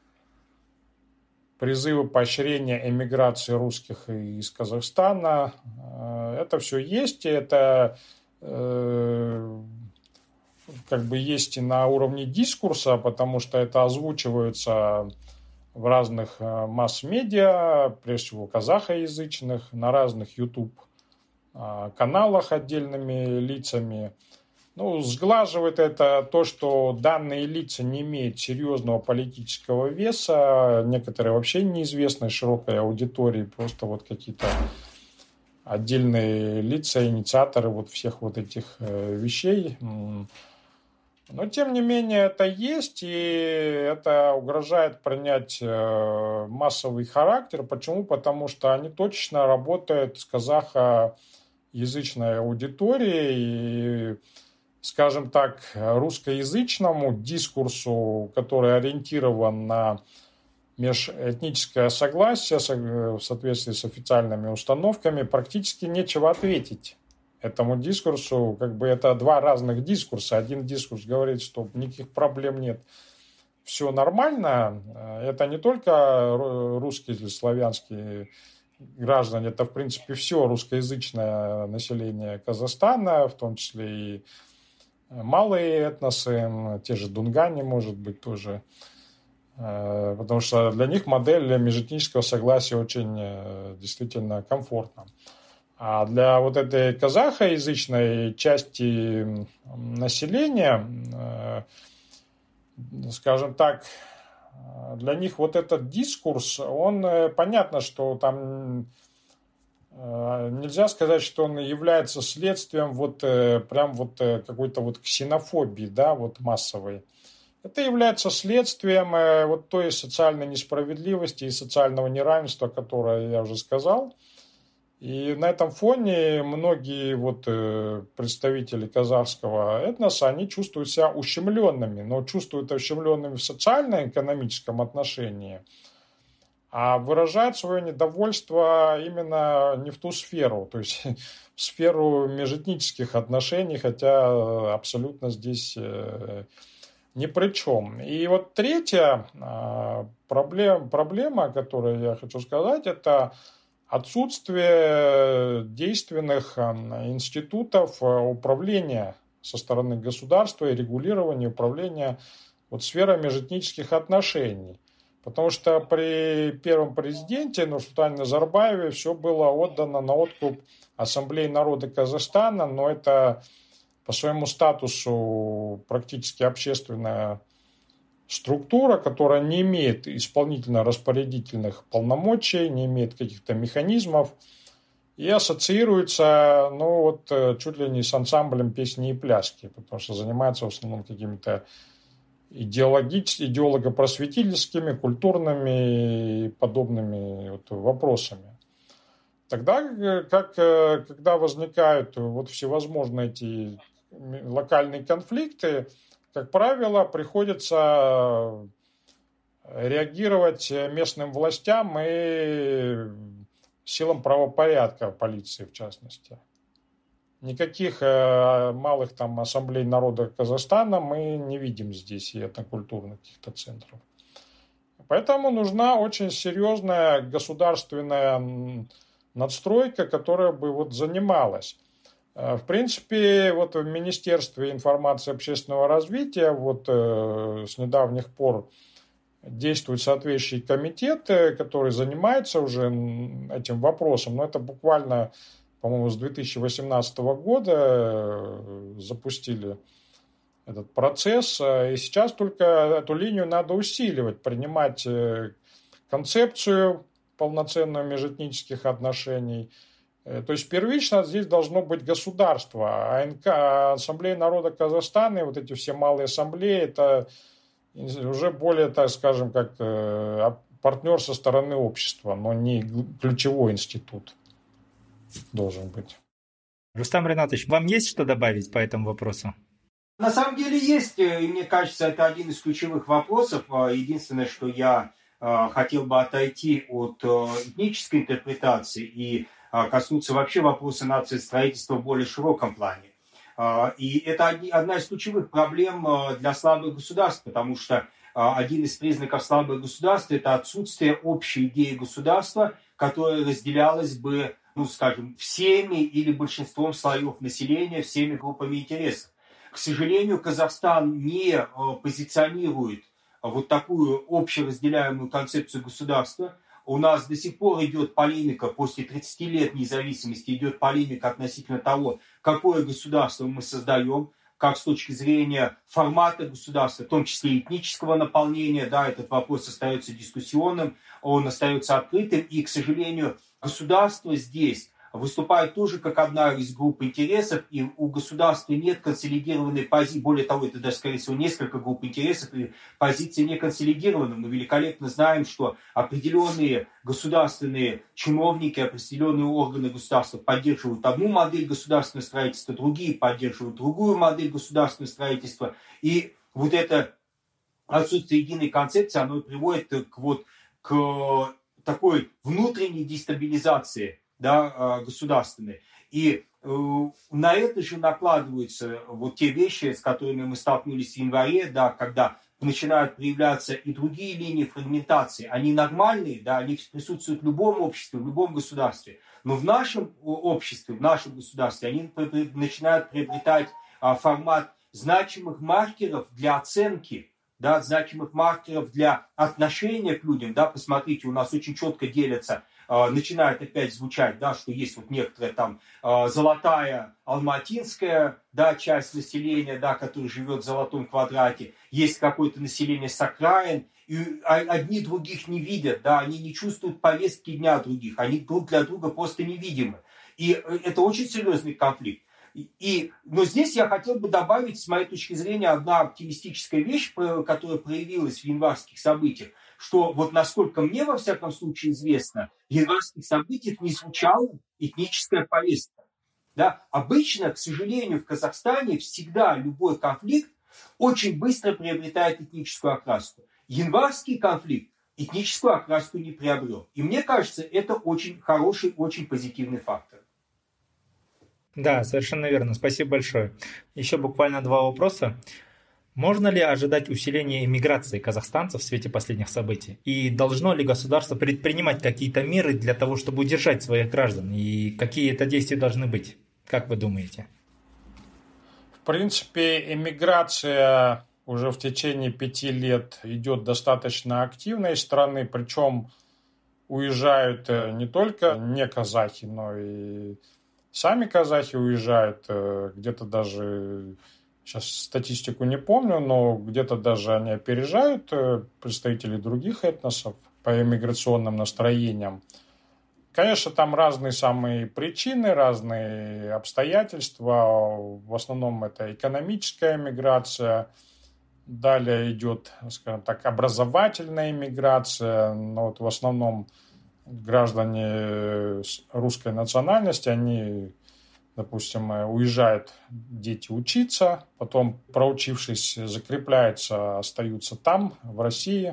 призывы поощрения эмиграции русских из Казахстана, это все есть, и это как бы есть и на уровне дискурса, потому что это озвучивается в разных масс-медиа, прежде всего казахоязычных, на разных YouTube-каналах отдельными лицами. Ну, сглаживает это то, что данные лица не имеют серьезного политического веса, некоторые вообще неизвестны широкой аудитории, просто вот какие-то отдельные лица, инициаторы вот всех вот этих вещей. Но, тем не менее, это есть, и это угрожает принять массовый характер. Почему? Потому что они точно работают с казахоязычной аудиторией, и, скажем так, русскоязычному дискурсу, который ориентирован на межэтническое согласие в соответствии с официальными установками, практически нечего ответить. Этому дискурсу, как бы это два разных дискурса. Один дискурс говорит, что никаких проблем нет, все нормально. Это не только русские или славянские граждане, это, в принципе, все русскоязычное население Казахстана, в том числе и малые этносы, те же дунгане, может быть, тоже. Потому что для них модель межэтнического согласия очень действительно комфортна. А для вот этой казахоязычной части населения, скажем так, для них вот этот дискурс, он, понятно, что там нельзя сказать, что он является следствием вот прям вот какой-то вот ксенофобии, да, вот массовой. Это является следствием вот той социальной несправедливости и социального неравенства, которое я уже сказал. И на этом фоне многие вот представители казахского этноса, они чувствуют себя ущемленными, но чувствуют ущемленными в социально-экономическом отношении, а выражают свое недовольство именно не в ту сферу, то есть в сферу межэтнических отношений, хотя абсолютно здесь ни при чем. И вот третья проблема, проблема, о которой я хочу сказать, это отсутствие действенных институтов управления со стороны государства и регулирования управления вот сферой межэтнических отношений. Потому что при первом президенте Нурсултане Назарбаеве все было отдано на откуп Ассамблеи народа Казахстана, но это по своему статусу практически общественная структура, которая не имеет исполнительно-распорядительных полномочий, не имеет каких-то механизмов и ассоциируется, ну вот, чуть ли не с ансамблем песни и пляски, потому что занимается в основном какими-то идеологическими, идеолого-просветительскими, культурными и подобными вот вопросами. Тогда, как, когда возникают вот всевозможные эти локальные конфликты, как правило, приходится реагировать местным властям и силам правопорядка, полиции в частности. Никаких малых там ассамблей народа Казахстана мы не видим здесь и этнокультурных каких-то центров. Поэтому нужна очень серьезная государственная надстройка, которая бы вот занималась. В принципе, вот в Министерстве информации и общественного развития вот э, с недавних пор действуют соответствующие комитеты, которые занимаются уже этим вопросом. Но это буквально, по-моему, с две тысячи восемнадцатого года запустили этот процесс. И сейчас только эту линию надо усиливать, принимать концепцию полноценную межэтнических отношений. То есть первично здесь должно быть государство. АНК, Ассамблея народа Казахстана, и вот эти все малые ассамблеи, это уже более, так скажем, как партнер со стороны общества, но не ключевой институт должен быть. Рустам Ринатович, вам есть что добавить по этому вопросу? На самом деле есть, и мне кажется, это один из ключевых вопросов. Единственное, что я хотел бы отойти от этнической интерпретации и коснуться вообще вопроса нациостроительства в более широком плане. И это одна из ключевых проблем для слабых государств, потому что один из признаков слабых государств – это отсутствие общей идеи государства, которая разделялась бы, ну, скажем, всеми или большинством слоев населения, всеми группами интересов. К сожалению, Казахстан не позиционирует вот такую общеразделяемую концепцию государства. У нас до сих пор идет полемика, после тридцати лет независимости идет полемика относительно того, какое государство мы создаем, как с точки зрения формата государства, в том числе этнического наполнения, да, этот вопрос остается дискуссионным, он остается открытым, и, к сожалению, государство здесь выступает тоже как одна из групп интересов, и у государства нет консолидированной позиции. Более того, это даже, скорее всего, несколько групп интересов, и позиции не консолидированы. Мы великолепно знаем, что определенные государственные чиновники, определенные органы государства поддерживают одну модель государственного строительства, другие поддерживают другую модель государственного строительства. И вот это отсутствие единой концепции, оно приводит к, вот, к такой внутренней дестабилизации, да, государственные. И э, на это же накладываются вот те вещи, с которыми мы столкнулись в январе, да, когда начинают проявляться и другие линии фрагментации. Они нормальные, да, они присутствуют в любом обществе, в любом государстве. Но в нашем обществе, в нашем государстве они начинают приобретать а, формат значимых маркеров для оценки, да, значимых маркеров для отношения к людям. Да. Посмотрите, у нас очень четко делятся, начинает опять звучать, да, что есть вот некоторая там золотая алматинская, да, часть населения, да, которая живет в золотом квадрате, есть какое-то население с окраин, и одни других не видят, да, они не чувствуют повестки дня других, они друг для друга просто невидимы. И это очень серьезный конфликт. И, но здесь я хотел бы добавить, с моей точки зрения, одна оптимистическая вещь, которая проявилась в январских событиях, что вот насколько мне, во всяком случае, известно, в январских событиях не звучала этническая повестка. Да? Обычно, к сожалению, в Казахстане всегда любой конфликт очень быстро приобретает этническую окраску. Январский конфликт этническую окраску не приобрел. И мне кажется, это очень хороший, очень позитивный фактор. Да, совершенно верно. Спасибо большое. Еще буквально два вопроса. Можно ли ожидать усиления иммиграции казахстанцев в свете последних событий? И должно ли государство предпринимать какие-то меры для того, чтобы удержать своих граждан? И какие это действия должны быть? Как вы думаете? В принципе, иммиграция уже в течение пяти лет идет достаточно активно из страны, причем уезжают не только не казахи, но и сами казахи уезжают, где-то даже... Сейчас статистику не помню, но где-то даже они опережают представителей других этносов по иммиграционным настроениям. Конечно, там разные самые причины, разные обстоятельства. В основном это экономическая иммиграция. Далее идет, скажем так, образовательная иммиграция. Но вот в основном граждане русской национальности, они... Допустим, уезжают дети учиться, потом, проучившись, закрепляются, остаются там, в России,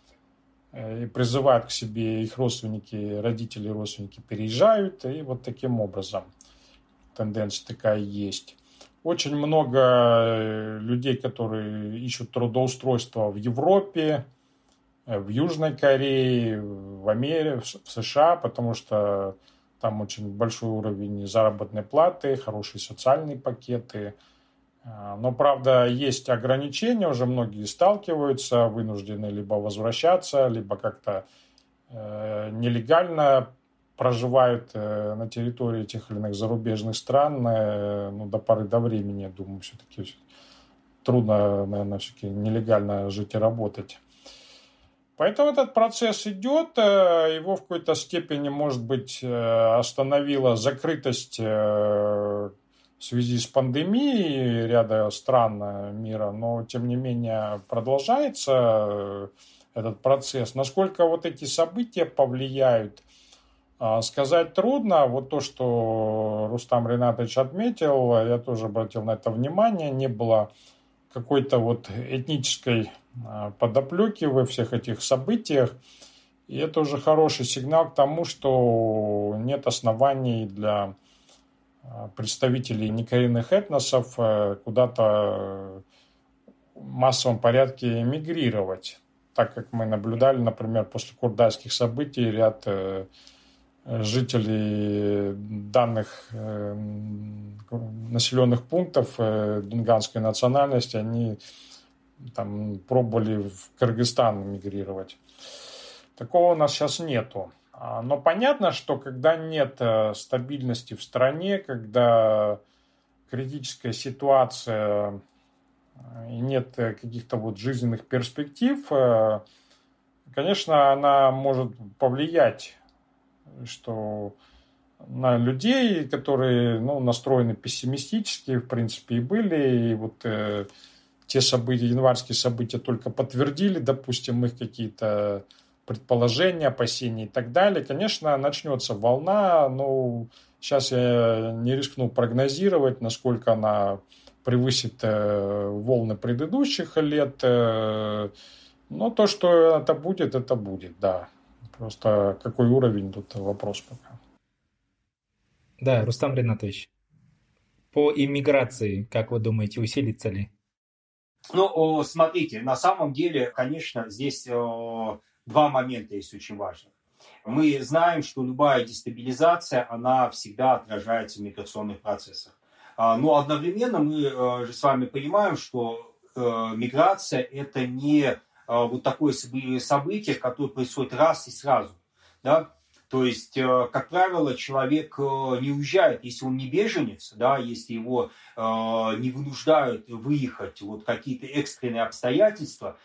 и призывают к себе их родственники, родители, родственники переезжают, и вот таким образом тенденция такая есть. Очень много людей, которые ищут трудоустройство в Европе, в Южной Корее, в Америке, в США, потому что там очень большой уровень заработной платы, хорошие социальные пакеты. Но, правда, есть ограничения, уже многие сталкиваются, вынуждены либо возвращаться, либо как-то э, нелегально проживают э, на территории тех или иных зарубежных стран, э, ну, до поры до времени, я думаю, все-таки трудно, наверное, все-таки нелегально жить и работать. Поэтому этот процесс идет, его в какой-то степени, может быть, остановила закрытость в связи с пандемией ряда стран мира, но, тем не менее, продолжается этот процесс. Насколько вот эти события повлияют, сказать трудно. Вот то, что Рустам Ринатович отметил, я тоже обратил на это внимание, не было какой-то вот этнической подоплеки во всех этих событиях. И это уже хороший сигнал к тому, что нет оснований для представителей некоренных этносов куда-то в массовом порядке эмигрировать. Так как мы наблюдали, например, после курдайских событий, ряд жителей данных населенных пунктов дунганской национальности, они там пробовали в Кыргызстан мигрировать. Такого у нас сейчас нету. Но понятно, что когда нет стабильности в стране, когда критическая ситуация и нет каких-то вот жизненных перспектив, конечно, она может повлиять, что на людей, которые, ну, настроены пессимистически, в принципе, и были, и вот э, те события, январские события только подтвердили, допустим, их какие-то предположения, опасения и так далее. Конечно, начнется волна, но сейчас я не рискну прогнозировать, насколько она превысит э, волны предыдущих лет, э, но то, что это будет, это будет, да. Просто какой уровень, тут вопрос пока. Да, Рустам Ринатович, по иммиграции, как вы думаете, усилится ли? Ну, смотрите, на самом деле, конечно, здесь два момента есть очень важных. Мы знаем, что любая дестабилизация, она всегда отражается в миграционных процессах. Но одновременно мы же с вами понимаем, что миграция – это не вот такое событие, которое происходит раз и сразу. Да? То есть, как правило, человек не уезжает, если он не беженец, да, если его э, не вынуждают выехать вот какие-то экстренные обстоятельства,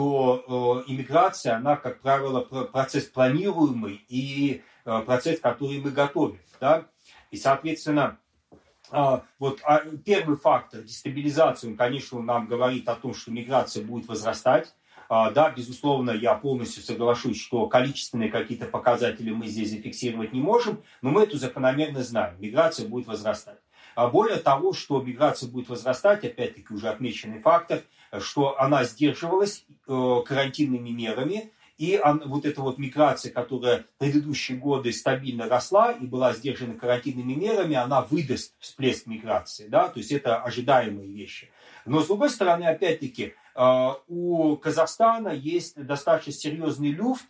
то э, иммиграция, она, как правило, процесс планируемый и э, процесс, который мы готовим. Да? И, соответственно, э, вот первый фактор дестабилизации, он, конечно, нам говорит о том, что миграция будет возрастать. Да, безусловно, я полностью соглашусь, что количественные какие-то показатели мы здесь зафиксировать не можем, но мы эту закономерность знаем. Миграция будет возрастать. Более того, что миграция будет возрастать, опять-таки уже отмеченный фактор, что она сдерживалась карантинными мерами, и вот эта вот миграция, которая в предыдущие годы стабильно росла и была сдержана карантинными мерами, она выдаст всплеск миграции. Да? То есть это ожидаемые вещи. Но, с другой стороны, опять-таки, у Казахстана есть достаточно серьезный люфт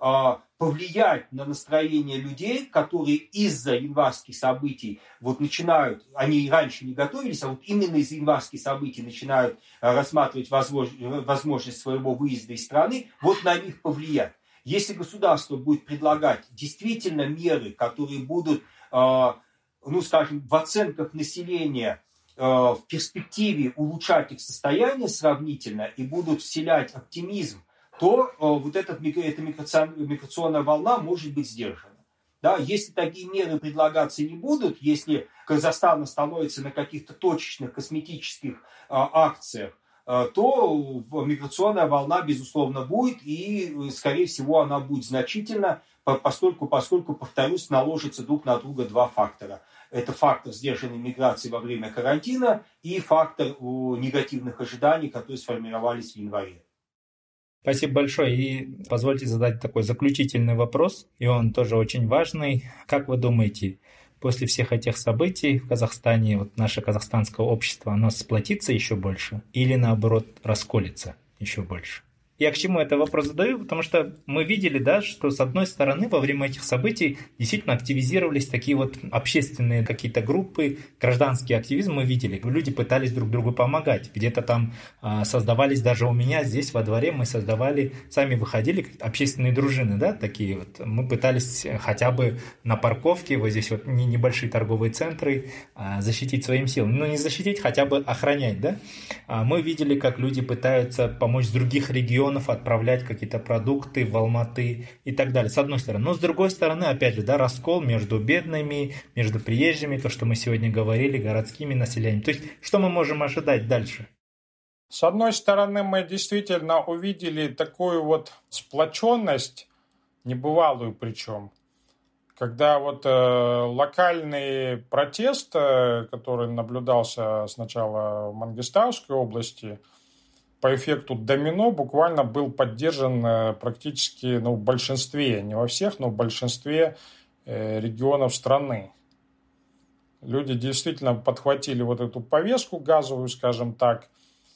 повлиять на настроение людей, которые из-за январских событий вот начинают, они и раньше не готовились, а вот именно из-за январских событий начинают рассматривать возможность своего выезда из страны, вот на них повлиять. Если государство будет предлагать действительно меры, которые будут, ну скажем, в оценках населения в перспективе улучшать их состояние сравнительно и будут вселять оптимизм, то вот этот, эта миграционная волна может быть сдержана. Да, если такие меры предлагаться не будут, если Казахстан остановится на каких-то точечных косметических а, акциях, а, то миграционная волна, безусловно, будет, и, скорее всего, она будет значительна, поскольку, поскольку, повторюсь, наложится друг на друга два фактора. Это фактор сдержанной миграции во время карантина и фактор негативных ожиданий, которые сформировались в январе. Спасибо большое. И позвольте задать такой заключительный вопрос, и он тоже очень важный. Как вы думаете, после всех этих событий в Казахстане вот наше казахстанское общество, оно сплотится еще больше или наоборот расколется еще больше? Я к чему этот вопрос задаю? Потому что мы видели, да, что с одной стороны во время этих событий действительно активизировались такие вот общественные какие-то группы, гражданский активизм мы видели. Люди пытались друг другу помогать. Где-то там а, создавались, даже у меня здесь во дворе мы создавали, сами выходили общественные дружины, да, такие вот. Мы пытались хотя бы на парковке, вот здесь вот небольшие торговые центры, а, защитить своим силам. Ну не защитить, хотя бы охранять, да. А, мы видели, как люди пытаются помочь с других регионов, отправлять какие-то продукты в Алматы и так далее, с одной стороны. Но с другой стороны, опять же, да, раскол между бедными, между приезжими, то, что мы сегодня говорили, городскими населением. То есть, что мы можем ожидать дальше? С одной стороны, мы действительно увидели такую вот сплоченность, небывалую причем, когда вот э, локальный протест, э, который наблюдался сначала в Мангистауской области, по эффекту домино буквально был поддержан практически ну, в большинстве, не во всех, но в большинстве регионов страны. Люди действительно подхватили вот эту повестку газовую, скажем так,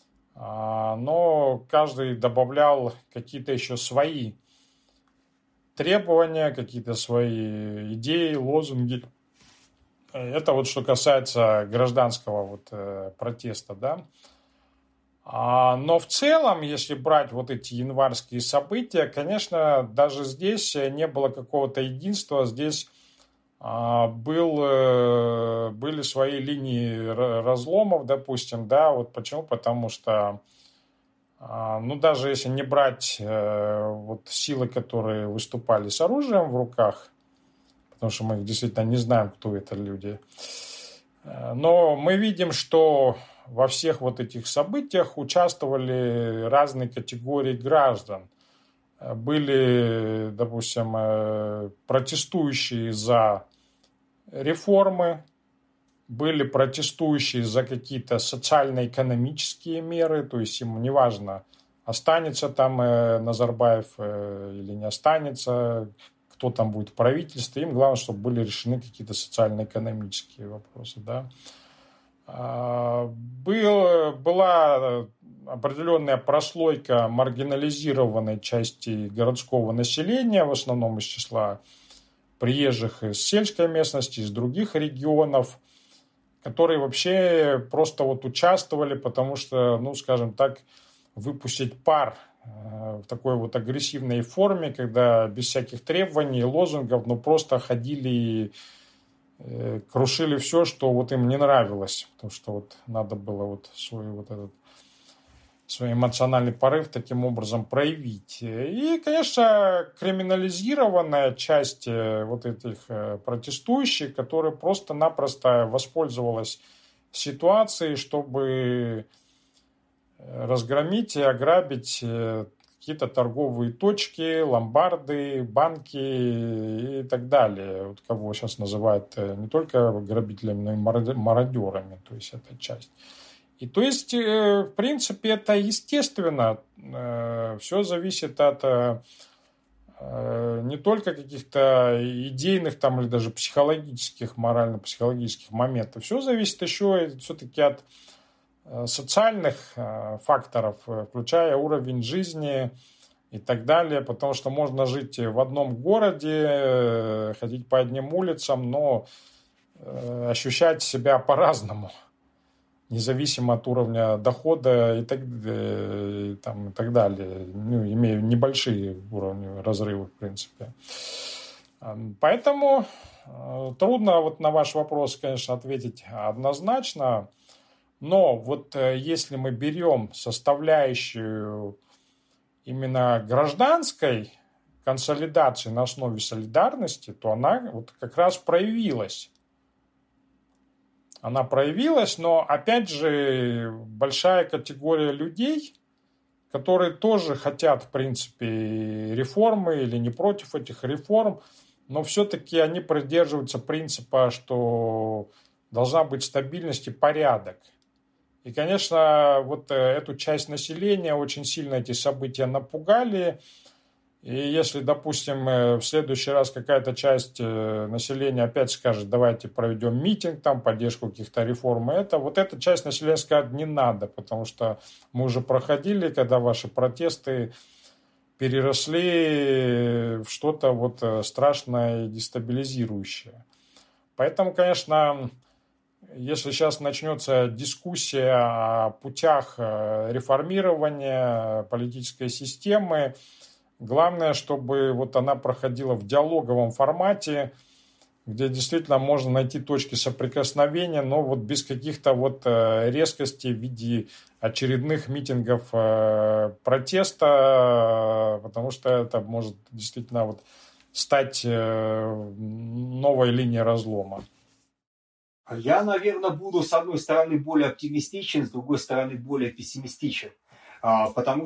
но каждый добавлял какие-то еще свои требования, какие-то свои идеи, лозунги. Это вот что касается гражданского вот протеста, да. Но в целом, если брать вот эти январские события, конечно, даже здесь не было какого-то единства. Здесь был, были свои линии разломов, допустим, да, вот почему? Потому что, ну, даже если не брать вот силы, которые выступали с оружием в руках, потому что мы действительно не знаем, кто это люди, но мы видим, что во всех вот этих событиях участвовали разные категории граждан. Были, допустим, протестующие за реформы, были протестующие за какие-то социально-экономические меры, то есть им неважно, останется там Назарбаев или не останется, кто там будет в правительстве, им главное, чтобы были решены какие-то социально-экономические вопросы, да. Был, была определенная прослойка маргинализированной части городского населения, в основном из числа приезжих из сельской местности, из других регионов, которые вообще просто вот участвовали, потому что, ну, скажем так, выпустить пар в такой вот агрессивной форме, когда без всяких требований, лозунгов, ну, просто ходили и крушили все, что вот им не нравилось, потому что вот надо было вот свой вот этот свой эмоциональный порыв таким образом проявить. И, конечно, криминализированная часть вот этих протестующих, которая просто-напросто воспользовалась ситуацией, чтобы разгромить и ограбить какие-то торговые точки, ломбарды, банки и так далее. Вот кого сейчас называют не только грабителями, но и мародерами, то есть эта часть. И то есть, в принципе, это естественно. Все зависит от не только каких-то идейных там, или даже психологических, морально-психологических моментов. Все зависит еще все-таки от социальных факторов, включая уровень жизни и так далее, потому что можно жить в одном городе, ходить по одним улицам, но ощущать себя по-разному, независимо от уровня дохода и так, и, там, и так далее. Ну, имею небольшие уровни разрыва, в принципе. Поэтому трудно вот на ваш вопрос, конечно, ответить однозначно. Но вот если мы берем составляющую именно гражданской консолидации на основе солидарности, то она вот как раз проявилась. Она проявилась, но опять же большая категория людей, которые тоже хотят, в принципе, реформы или не против этих реформ, но все-таки они придерживаются принципа, что должна быть стабильность и порядок. И, конечно, вот эту часть населения очень сильно эти события напугали. И если, допустим, в следующий раз какая-то часть населения опять скажет, давайте проведем митинг, там, поддержку каких-то реформ, это, вот эта часть населения скажет, не надо, потому что мы уже проходили, когда ваши протесты переросли в что-то вот страшное и дестабилизирующее. Поэтому, конечно, если сейчас начнется дискуссия о путях реформирования политической системы, главное, чтобы вот она проходила в диалоговом формате, где действительно можно найти точки соприкосновения, но вот без каких-то вот резкостей в виде очередных митингов протеста, потому что это может действительно вот стать новой линией разлома. Я, наверное, буду с одной стороны более оптимистичен, с другой стороны более пессимистичен. Потому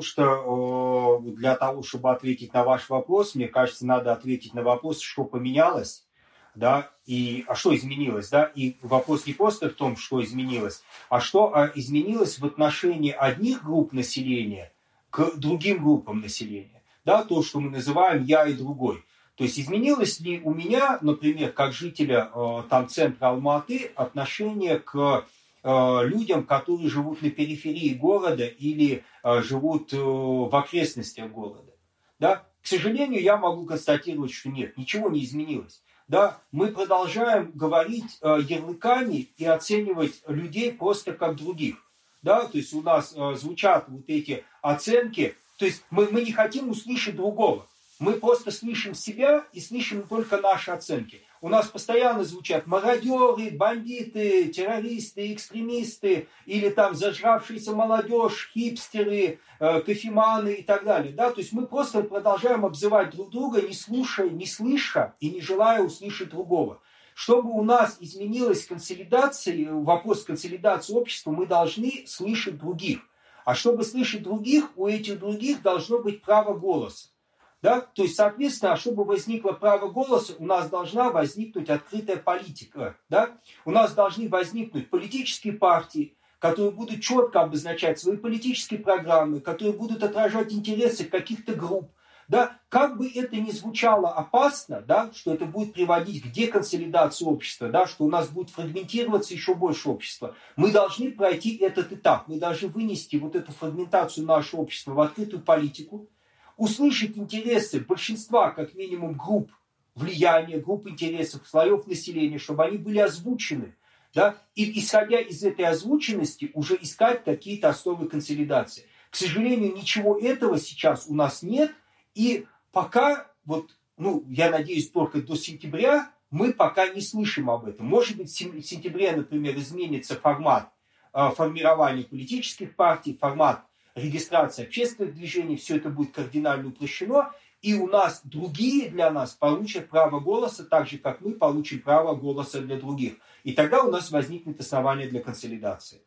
что для того, чтобы ответить на ваш вопрос, мне кажется, надо ответить на вопрос, что поменялось, да, и а что изменилось, да, и вопрос не просто в том, что изменилось, а что изменилось в отношении одних групп населения к другим группам населения, да, то, что мы называем «я» и «другой». То есть изменилось ли у меня, например, как жителя там центра Алма-Аты, отношение к людям, которые живут на периферии города или э, живут э, в окрестностях города. Да? К сожалению, я могу констатировать, что нет, ничего не изменилось. Да? Мы продолжаем говорить э, ярлыками и оценивать людей просто как других. Да? То есть у нас э, звучат вот эти оценки. То есть мы, мы не хотим услышать другого. Мы просто слышим себя и слышим только наши оценки. У нас постоянно звучат мародеры, бандиты, террористы, экстремисты, или там зажравшаяся молодежь, хипстеры, э, кофеманы и так далее. Да? То есть мы просто продолжаем обзывать друг друга, не слушая, не слыша и не желая услышать другого. Чтобы у нас изменилась консолидация, вопрос консолидации общества, мы должны слышать других. А чтобы слышать других, у этих других должно быть право голоса. Да? То есть, соответственно, чтобы возникло право голоса, у нас должна возникнуть открытая политика. Да? У нас должны возникнуть политические партии, которые будут четко обозначать свои политические программы, которые будут отражать интересы каких-то групп. Да? Как бы это ни звучало опасно, да, что это будет приводить к деконсолидации общества, да, что у нас будет фрагментироваться еще больше общества, мы должны пройти этот этап. Мы должны вынести вот эту фрагментацию нашего общества в открытую политику, услышать интересы большинства, как минимум, групп влияния, групп интересов, слоев населения, чтобы они были озвучены. Да? И исходя из этой озвученности, уже искать какие-то основы консолидации. К сожалению, ничего этого сейчас у нас нет. И пока, вот, ну, я надеюсь, только до сентября мы пока не слышим об этом. Может быть, в сентябре, например, изменится формат э, формирования политических партий, формат регистрации общественных движений, все это будет кардинально упрощено, и у нас другие для нас получат право голоса, так же, как мы получим право голоса для других. И тогда у нас возникнет основание для консолидации.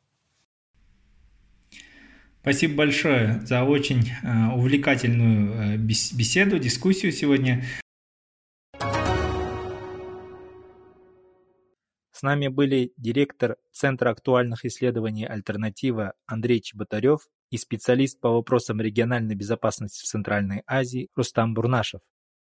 Спасибо большое за очень увлекательную беседу, дискуссию сегодня. С нами были директор Центра актуальных исследований «Альтернатива» Андрей Чеботарев и специалист по вопросам региональной безопасности в Центральной Азии Рустам Бурнашев.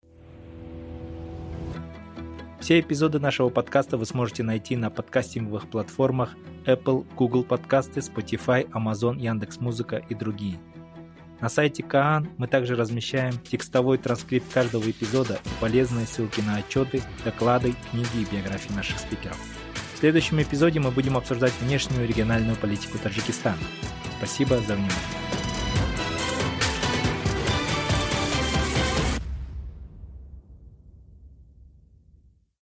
Все эпизоды нашего подкаста вы сможете найти на подкастинговых платформах Apple, Google подкасты, Spotify, Amazon, Яндекс.Музыка и другие. На сайте Каан мы также размещаем текстовой транскрипт каждого эпизода и полезные ссылки на отчеты, доклады, книги и биографии наших спикеров. В следующем эпизоде мы будем обсуждать внешнюю региональную политику Таджикистана. Спасибо за внимание.